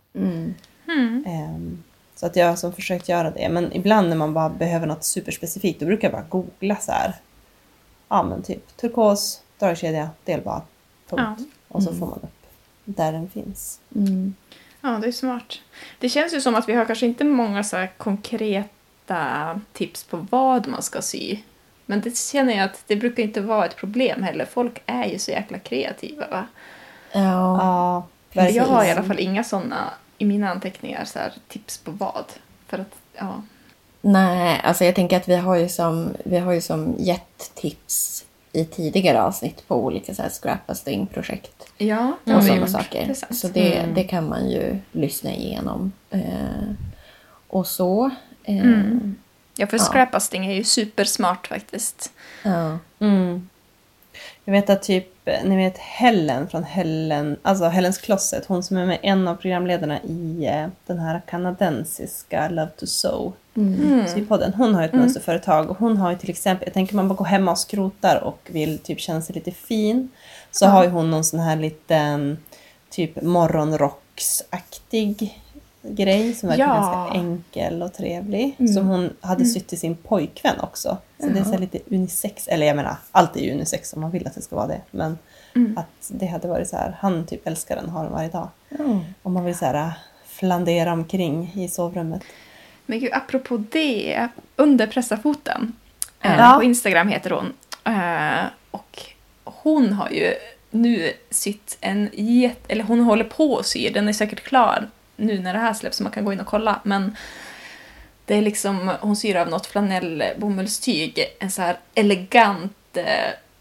Så att jag har som försökt göra det. Men ibland när man bara behöver något superspecifikt, då brukar jag bara googla så här. Ja men typ turkos, dragkedja, delbar, punkt. Och så får man upp där den finns. Ja, det är smart. Det känns ju som att vi har kanske inte många så här konkreta tips på vad man ska sy. Men det känner jag att det brukar inte vara ett problem heller. Folk är ju så jäkla kreativa, va? Ja, verkligen. Jag har i alla fall inga sådana i mina anteckningar, så här, tips på vad. För att, Nej, alltså jag tänker att vi har ju som gett tips i tidigare avsnitt på olika så här scrapbusting-projekt. Ja, och sådana saker. Det så det kan man ju lyssna igenom. Och så. Ja, för scrapbusting är ju supersmart faktiskt. Ja. Jag vet att typ, ni vet Helen från Helens Closet, hon som är med en av programledarna i den här kanadensiska Love to Sew sypodden. Hon har ett mönsterföretag och hon har ju till exempel, jag tänker man bara går hemma och skrotar och vill typ känna sig lite fin, så har ju hon någon sån här liten typ morgonrocksaktig grej som verkar ganska enkel och trevlig. Som hon hade sytt till sin pojkvän också. Så det är så lite unisex. Eller jag menar, allt är ju unisex om man vill att det ska vara det. Men att det hade varit så här, han typ älskar den, har den varje dag. Om man vill så här flandera omkring i sovrummet. Men gud, apropå det, under pressafoten. På Instagram heter hon. Och hon har ju nu sytt eller hon håller på att sy. Den är säkert klar nu när det här släpps, så man kan gå in och kolla. Men det är liksom, hon syr av något flanellbomullstyg, en så här elegant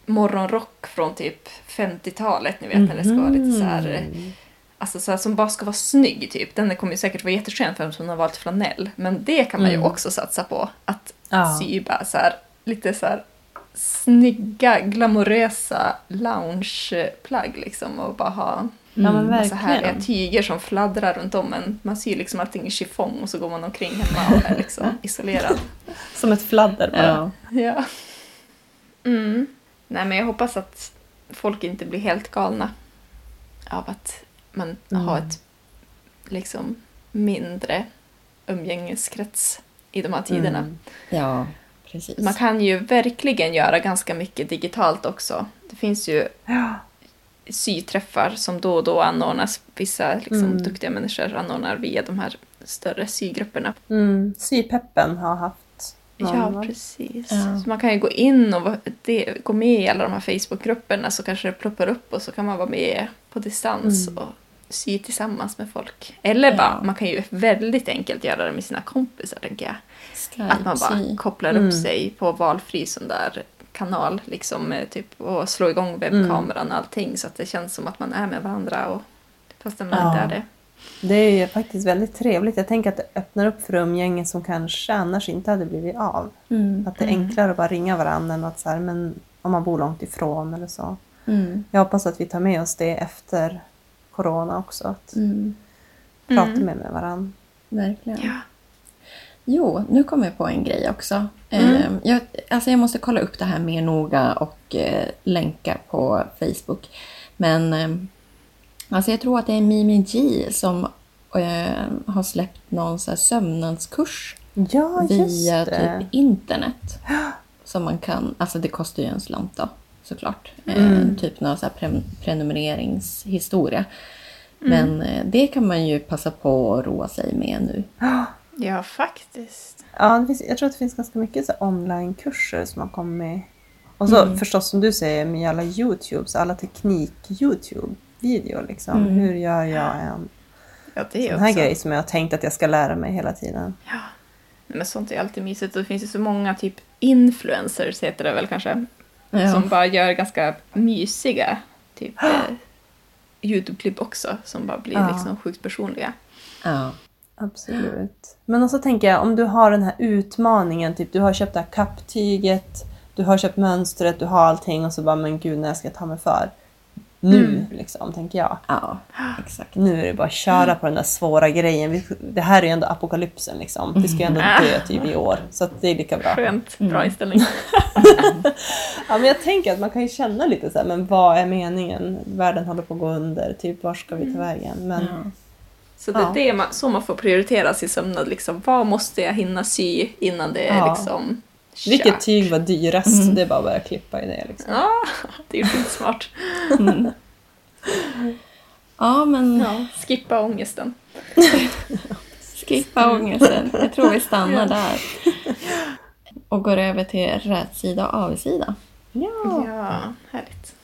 morgonrock från typ 50-talet, ni vet, när det ska vara lite så här, alltså så här, som bara ska vara snygg typ. Den kommer ju säkert vara jätteskön för att hon har valt flanell, men det kan man ju också satsa på, att sy bara så här, lite så här snygga, glamorösa loungeplagg liksom, och bara ha massa härliga tyger som fladdrar runt om en. Man syr liksom allting i chiffong och så går man omkring hemma och är liksom isolerad. Som ett fladder bara. Ja. Nej, men jag hoppas att folk inte blir helt galna av att man har ett liksom mindre umgängeskrets i de här tiderna. Ja, precis. Man kan ju verkligen göra ganska mycket digitalt också. Det finns ju syträffar som då och då anordnas. Vissa liksom, duktiga människor anordnar via de här större sygrupperna. Sypeppen har haft någon. Ja, precis. Ja. Så man kan ju gå in och gå med i alla de här Facebookgrupperna, så kanske det ploppar upp och så kan man vara med på distans och sy tillsammans med folk. Eller bara, man kan ju väldigt enkelt göra det med sina kompisar, tänker jag. Skype, att man bara kopplar upp sig på valfri sån där kanal liksom, typ, och slår igång webbkameran och allting, så att det känns som att man är med varandra, och fast man inte är det. Det är ju faktiskt väldigt trevligt. Jag tänker att det öppnar upp för umgängen som kanske annars inte hade blivit av. Att det är enklare att bara ringa varandra än att så här, men om man bor långt ifrån eller så. Jag hoppas att vi tar med oss det efter corona också. Att prata med varandra. Verkligen. Ja. Jo, nu kommer jag på en grej också. Jag måste kolla upp det här mer noga och länka på Facebook. Men alltså jag tror att det är Mimi G som har släppt någon så här sömnadskurs via typ internet. Som man kan, alltså det kostar ju en slant då, såklart. Typ någon så här prenumereringshistoria. Men det kan man ju passa på att roa sig med nu. Ja, faktiskt. Ja, jag tror att det finns ganska mycket så onlinekurser som har kommit. Och så förstås, som du säger, med alla YouTube, så alla teknik-YouTube-videor liksom. Hur gör jag en sån här grej som jag har tänkt att jag ska lära mig hela tiden? Ja, men sånt är alltid mysigt. Och det finns ju så många typ influencers, heter det väl kanske, som bara gör ganska mysiga typ YouTube-klipp också, som bara blir liksom sjukt personliga. Ja. Absolut. Men också tänker jag, om du har den här utmaningen, typ du har köpt det här kapptyget, du har köpt mönstret, du har allting, och så bara, men gud, när ska jag ta mig för? Nu, liksom, tänker jag. Ja, exakt. Nu är det bara att köra på den där svåra grejen. Det här är ju ändå apokalypsen, liksom. Vi ska ju ändå dö typ i år, så att det är lika bra. Skönt, bra inställning. Ja, men jag tänker att man kan ju känna lite så här, men vad är meningen? Världen håller på att gå under, typ, var ska vi ta vägen? Men... Så det är så man får prioritera sin sömnad. Liksom. Vad måste jag hinna sy innan det är liksom kört? Vilket tyg var dyrast? Det är bara att börja klippa i det. Liksom. Ja, det är ju smart. Ja, men... Ja, skippa ångesten. Skippa ångesten. Jag tror vi stannar där. Och går över till rätt sida och avsida. Ja, härligt.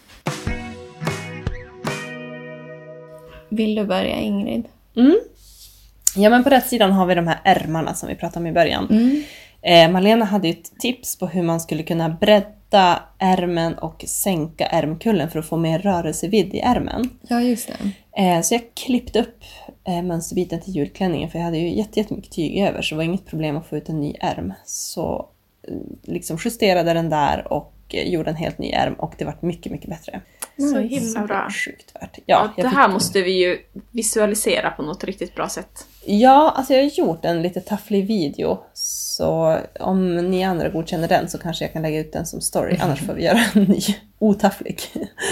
Vill du börja, Ingrid? Ja, men på rätt sidan har vi de här ärmarna som vi pratade om i början. Malena hade ju ett tips på hur man skulle kunna bredda ärmen och sänka ärmkullen för att få mer rörelsevidd i ärmen. Ja, just det. Så jag klippte upp mönsterbiten till julklänningen, för jag hade ju jättemycket tyg över, så det var inget problem att få ut en ny ärm. Så liksom justerade den där och gjorde en helt ny ärm, och det var mycket, mycket bättre. Så himla bra. Sjukt värt. Ja, det här måste vi ju visualisera på något riktigt bra sätt. Ja, alltså jag har gjort en lite tafflig video. Så om ni andra godkänner den så kanske jag kan lägga ut den som story. Annars får vi göra en ny otafflig.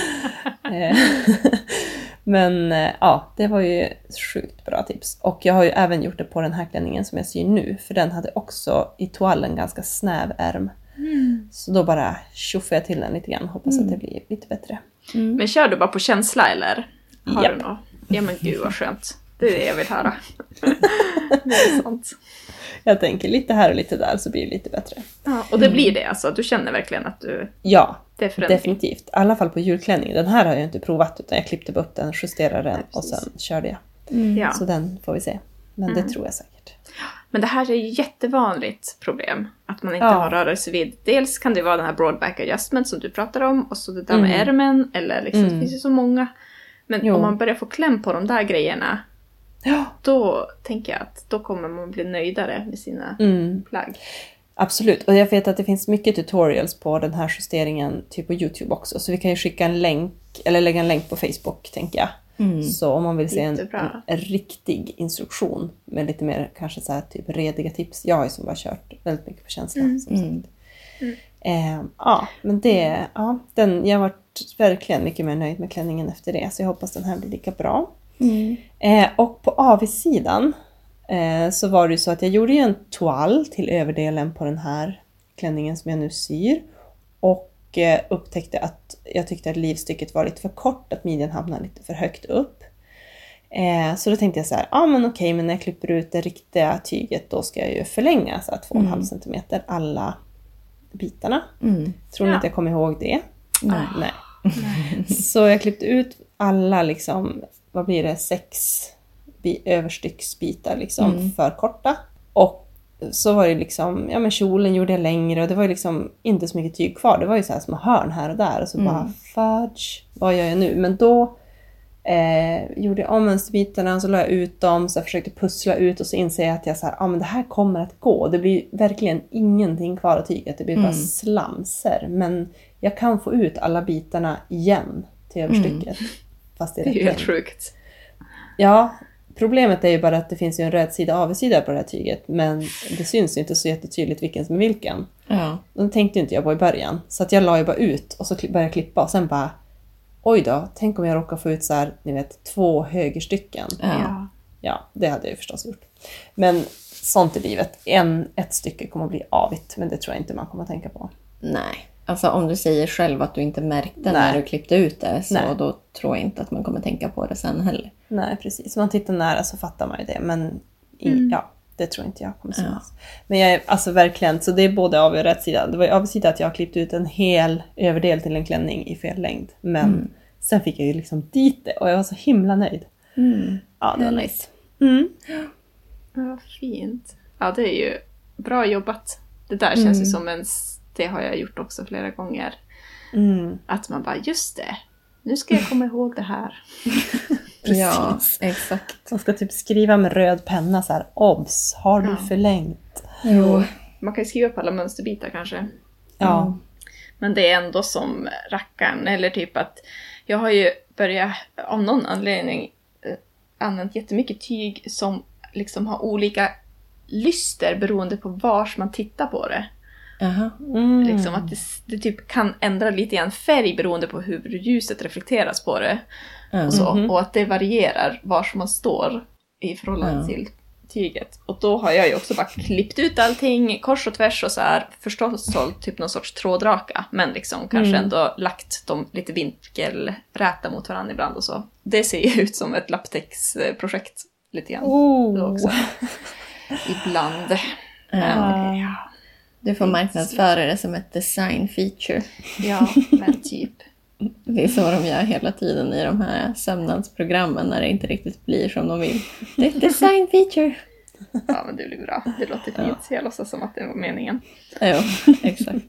Men ja, det var ju sjukt bra tips. Och jag har ju även gjort det på den här klänningen som jag syr nu. För den hade också i toallen ganska snäv ärm. Så då bara tjoffar jag till den lite grann. Hoppas att det blir lite bättre. Men kör du bara på känsla, eller? Har du något? Ja, men gud vad skönt. Det är det jag vill höra. Det är sant. Jag tänker lite här och lite där, så blir det lite bättre. Ja, och det blir det alltså? Du känner verkligen att du... Ja, det definitivt. I alla fall på julklänningen. Den här har jag inte provat, utan jag klippte upp den, justerade den och sen körde jag. Ja. Så den får vi se. Men det tror jag säkert. Men det här är ju jättevanligt problem. Att man inte har rörelsevidd. Dels kan det vara den här broadback adjustment som du pratar om. Och så det där med ärmen. Eller liksom, det finns ju så många. Men om man börjar få kläm på de där grejerna. Då tänker jag att då kommer man bli nöjdare med sina plagg. Absolut, och jag vet att det finns mycket tutorials på den här justeringen typ på YouTube också. Så vi kan ju skicka en länk, eller lägga en länk på Facebook tänker jag. Så om man vill se en riktig instruktion med lite mer kanske så här typ rediga tips. Jag har ju som bara kört väldigt mycket på känsla. Som sagt. Men jag har varit verkligen mycket mer nöjd med klänningen efter det. Så jag hoppas den här blir lika bra. Och på AV-sidan så var det ju så att jag gjorde ju en toal till överdelen på den här klänningen som jag nu syr. Och upptäckte att jag tyckte att livstycket var lite för kort, att midjan hamnade lite för högt upp. Så då tänkte jag så här, men okej, men när jag klipper ut det riktiga tyget då ska jag ju förlänga så att 2,5 cm alla bitarna. Tror ni att jag kommer ihåg det? Nej. Så jag klippte ut alla liksom, vad blir det, 6 överstycksbitar liksom för korta. Och så var det liksom, men kjolen gjorde jag längre och det var ju liksom inte så mycket tyg kvar. Det var ju så här små hörn här och där och så bara fudge, vad gör jag nu? Men då gjorde jag om mönsterbitarna och så la jag ut dem, så jag försökte pussla ut och så inser jag att jag så här, men det här kommer att gå. Det blir verkligen ingenting kvar av tyget, det blir bara slamser. Men jag kan få ut alla bitarna igen till överstycket. Fast det är helt sjukt. Ja, problemet är ju bara att det finns ju en röd sida och avigsida på det här tyget. Men det syns ju inte så jättetydligt vilken som är vilken. Ja. Den tänkte inte jag på i början. Så att jag la ju bara ut och så började jag klippa. Och sen bara, oj då, tänk om jag råkar få ut så här, ni vet, 2 högerstycken. Ja, det hade jag ju förstås gjort. Men sånt i livet. Ett stycke kommer att bli avigt. Men det tror jag inte man kommer att tänka på. Nej. Alltså om du säger själv att du inte märkte när du klippte ut det. Så då tror jag inte att man kommer tänka på det sen heller. Nej, precis. Om man tittar nära så fattar man ju det. Men det tror inte jag kommer synas. Men jag är alltså verkligen, så det är både av och rätt sida. Det var ju av sida att jag har klippt ut en hel överdel till en klänning i fel längd. Men sen fick jag ju liksom dit det. Och jag var så himla nöjd. Ja, det var nice. Ja, fint. Ja, det är ju bra jobbat. Det där känns ju som det har jag gjort också flera gånger. Att man bara, just det. Nu ska jag komma ihåg det här. Ja, exakt. Man ska typ skriva med röd penna så här, obs, har du förlängt? Jo. Man kan ju skriva på alla mönsterbitar kanske. Ja. Men det är ändå som rackarn. Eller typ att jag har ju börjat av någon anledning använt jättemycket tyg som liksom har olika lyster beroende på vars man tittar på det. Liksom att det typ kan ändra lite grann färg beroende på hur ljuset reflekteras på det. Och, så, och att det varierar var man står i förhållande till tyget. Och då har jag ju också bara klippt ut allting kors och tvärs och så här, förstås sålt typ någon sorts trådraka, men liksom kanske ändå lagt dem lite vinkelräta mot varandra ibland och så. Det ser ju ut som ett lapptäcksprojekt lite grann. Då också. Ibland. Men, Du får marknadsföra det som ett design feature. Ja, men typ. Det är så de gör hela tiden i de här sömnadsprogrammen när det inte riktigt blir som de vill. Det är ett design feature. Ja, men det blir bra. Det låter fint. Jag låtsas som att det var meningen. Ja, exakt.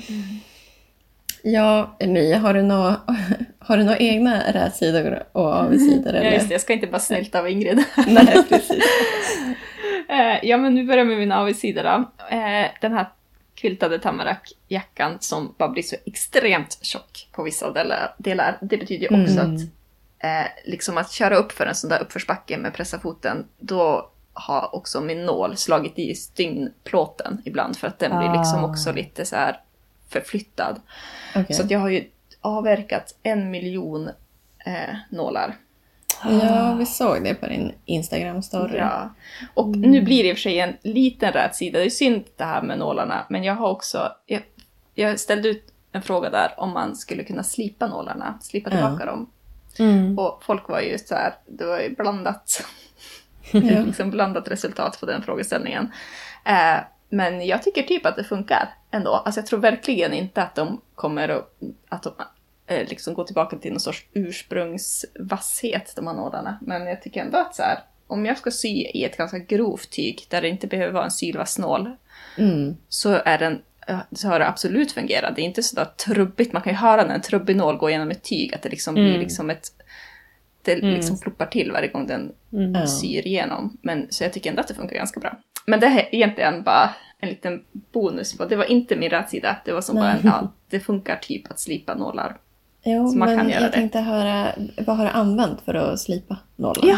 Ja, Emilia, har du några egna rätsidor och avsidor? Ja, just det. Jag ska inte bara snälta av Ingrid. Nej, precis. Ja, men nu börjar jag med min avsida då. Den här quiltade tamarack-jackan som bara blir så extremt tjock på vissa delar. Det betyder ju också att liksom att köra upp för en sån där uppförsbacke med pressa foten, då har också min nål slagit i styngplåten ibland för att den blir liksom också lite så här förflyttad. Så att jag har ju avverkat 1 miljon nålar. Ja, vi såg det på din Instagram-story. Ja, och nu blir det i och för sig en liten rätsida. Det är synd det här med nålarna. Men jag har också, jag ställde ut en fråga där om man skulle kunna slipa nålarna. Slipa tillbaka dem. Och folk var ju så här, det var ju blandat. Liksom blandat resultat på den frågeställningen. Men jag tycker typ att det funkar ändå. Alltså jag tror verkligen inte att de kommer att de liksom gå tillbaka till någon sorts ursprungsvasshet, de här nålarna. Men jag tycker ändå att så här, om jag ska sy i ett ganska grovt tyg där det inte behöver vara en sylvass nål, så har det absolut fungerat. Det är inte så där trubbigt. Man kan ju höra när en trubbig nål går genom ett tyg att det liksom blir liksom det liksom ploppar till varje gång den syr igenom. Men, så jag tycker ändå att det funkar ganska bra. Men det här är egentligen bara en liten bonus på. Det var inte min rätsida. Det var som bara det funkar typ att slipa nålar. Jo, så man men kan göra jag det. tänkte höra, vad har du använt för att slipa nålar?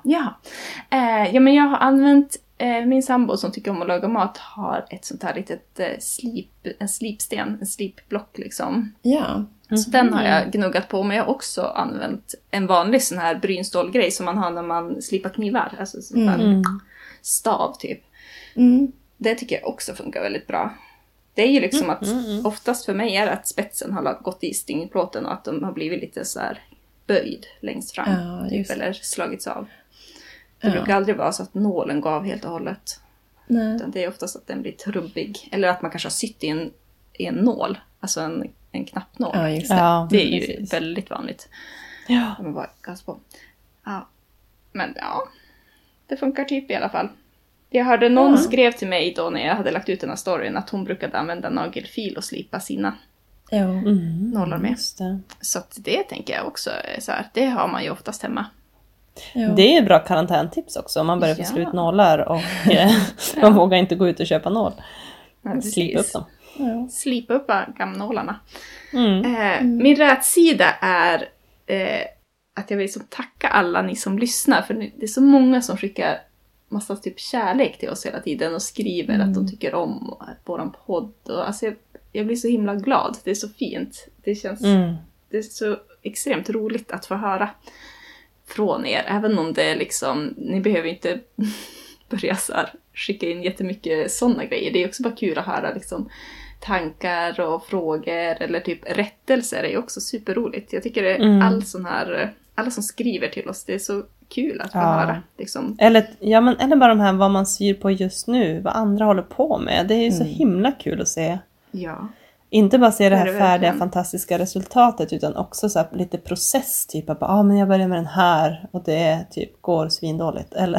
Ja, men jag har använt min sambo som tycker om att laga mat har ett sånt här litet en slipsten, en slipblock liksom. Ja. Så den har jag gnuggat på, men jag har också använt en vanlig sån här brynstålgrej som man har när man slipar knivar. Alltså sån här stav typ. Det tycker jag också funkar väldigt bra. Det är ju liksom att oftast för mig är det att spetsen har gått i stingplåten och att de har blivit lite så här böjd längst fram. Typ, eller slagits av. Det brukar aldrig vara så att nålen går av helt och hållet. Nej. Utan det är oftast att den blir trubbig. Eller att man kanske har sytt i en nål. Alltså en knappnål. Ja, just det. Ja, Det är ju väldigt vanligt. Ja. Man bara gas på. Ja. Men det funkar typ i alla fall. Jag hörde någon skrev till mig då när jag hade lagt ut den här storyn att hon brukade använda nagelfil och slipa sina nålar med. Just det. Så att det tänker jag också är så här, det har man ju oftast hemma. Ja. Det är ju bra karantäntips också om man börjar få slut nålar och man vågar inte gå ut och köpa nål. Slipa upp dem. Ja. Slipa upp gamnålarna. Min rätsida är att jag vill liksom tacka alla ni som lyssnar. För det är så många som skickar massa typ kärlek till oss hela tiden och skriver att de tycker om våran podd. Och, alltså jag blir så himla glad. Det är så fint. Det känns det är så extremt roligt att få höra från er. Även om det är liksom, ni behöver inte börja så här, skicka in jättemycket sådana grejer. Det är också bara kul att höra liksom tankar och frågor eller typ rättelser är ju också superroligt. Jag tycker det alla som skriver till oss, det är så kul att få höra. Liksom. Eller bara de här vad man syr på just nu, vad andra håller på med. Det är ju så himla kul att se. Ja. Inte bara se det här Det är färdiga verkligen. fantastiska resultatet utan också så här lite process typ att men jag börjar med den här och det typ går svindåligt eller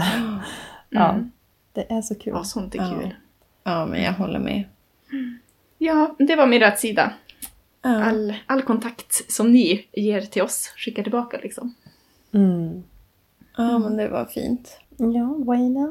det är så kul. Ja, sånt är kul. Ja, men jag håller med. Ja, det var min rätsida. Ja. All kontakt som ni ger till oss skickar tillbaka liksom. Ja, men det var fint. Ja, Wayne.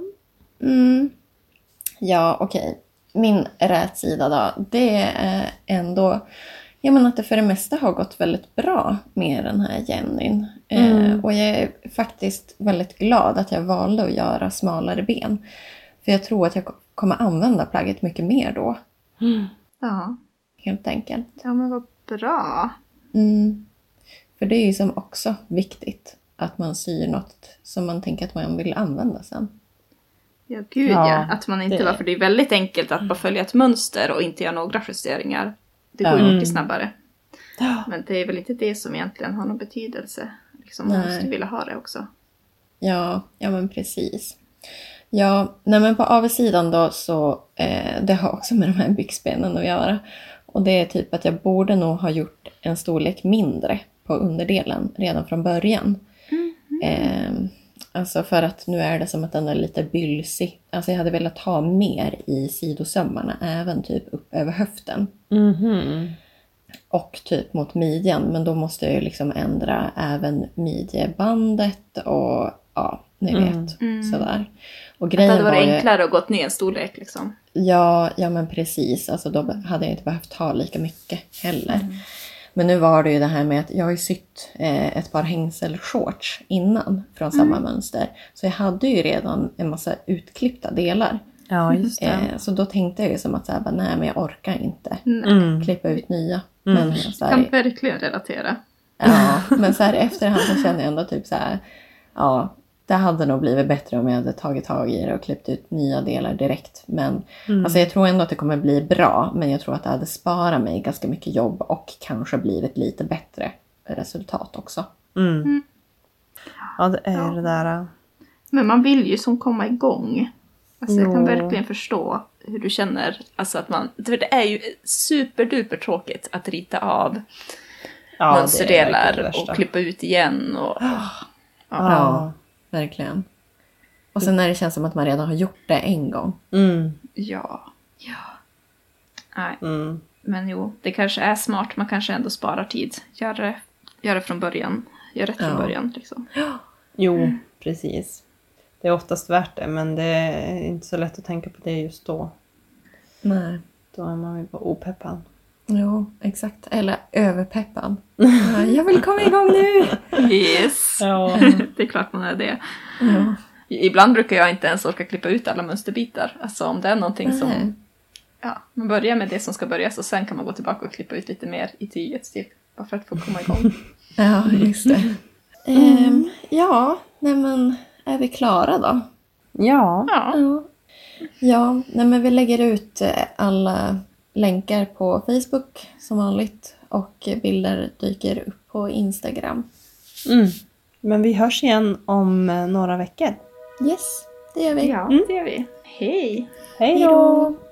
Ja, okej. Min rätsida då, det är ändå, jag menar att det för det mesta har gått väldigt bra med den här Jennyn. Och jag är faktiskt väldigt glad att jag valde att göra smalare ben. För jag tror att jag kommer använda plagget mycket mer då. Ja. Helt enkelt. Ja, men vad bra. För det är ju som också viktigt att man syr något som man tänker att man vill använda sen. Ja, gud ja. Att man inte för det är väldigt enkelt att bara följa ett mönster och inte göra några justeringar. Det går ju mycket snabbare. Men det är väl inte det som egentligen har någon betydelse. Liksom, man måste vilja ha det också. Ja men precis. Ja, nej men på avsidan då så det har också med de här byxbenen att göra. Och det är typ att jag borde nog ha gjort en storlek mindre på underdelen redan från början. Alltså för att nu är det som att den är lite bylsig. Alltså jag hade velat ha mer i sidosömmarna, även typ upp över höften. Och typ mot midjan, men då måste jag ju liksom ändra även midjebandet och ja, ni vet, sådär. Och det hade varit enklare att gått ner en storlek liksom. Ja men precis. Alltså då hade jag inte behövt ha lika mycket heller. Men nu var det ju det här med att jag har ju sytt ett par hängselshorts innan från samma mönster. Så jag hade ju redan en massa utklippta delar. Ja, just det. Så då tänkte jag ju som att så här, nej men jag orkar inte klippa ut nya. Men så här, Kan verkligen relatera. ja, men så här efterhand så känner jag ändå typ så här, ja, det hade nog blivit bättre om jag hade tagit tag i det och klippt ut nya delar direkt. Men alltså jag tror ändå att det kommer bli bra. Men jag tror att det hade sparat mig ganska mycket jobb och kanske blivit lite bättre resultat också. Ja, det är det där. Men man vill ju som komma igång. Alltså jag kan verkligen förstå hur du känner. Alltså att för det är ju superduper tråkigt att rita av mönsterdelar och klippa ut igen. Och, Ja, verkligen. Och sen när det känns som att man redan har gjort det en gång. Ja. Nej. Mm. Men jo, det kanske är smart. Man kanske ändå sparar tid. Gör det från början. Gör rätt från början liksom. Jo, precis. Det är oftast värt det, men det är inte så lätt att tänka på det just då. Nej. Då är man ju bara opeppad. Jo, exakt. Eller överpeppan. Jag vill komma igång nu! Yes! Ja. Det är klart man är det. Ja. Ibland brukar jag inte ens orka klippa ut alla mönsterbitar. Alltså om det är någonting som... Ja, man börjar med det som ska börjas och sen kan man gå tillbaka och klippa ut lite mer i tyget typ. Bara för att få komma igång. Ja, just det. Ja, nej men är vi klara då? Ja. Ja, nej men vi lägger ut alla länkar på Facebook som vanligt och bilder dyker upp på Instagram. Men vi hörs igen om några veckor. Yes, det gör vi. Ja, det gör vi. Hej! Hej då!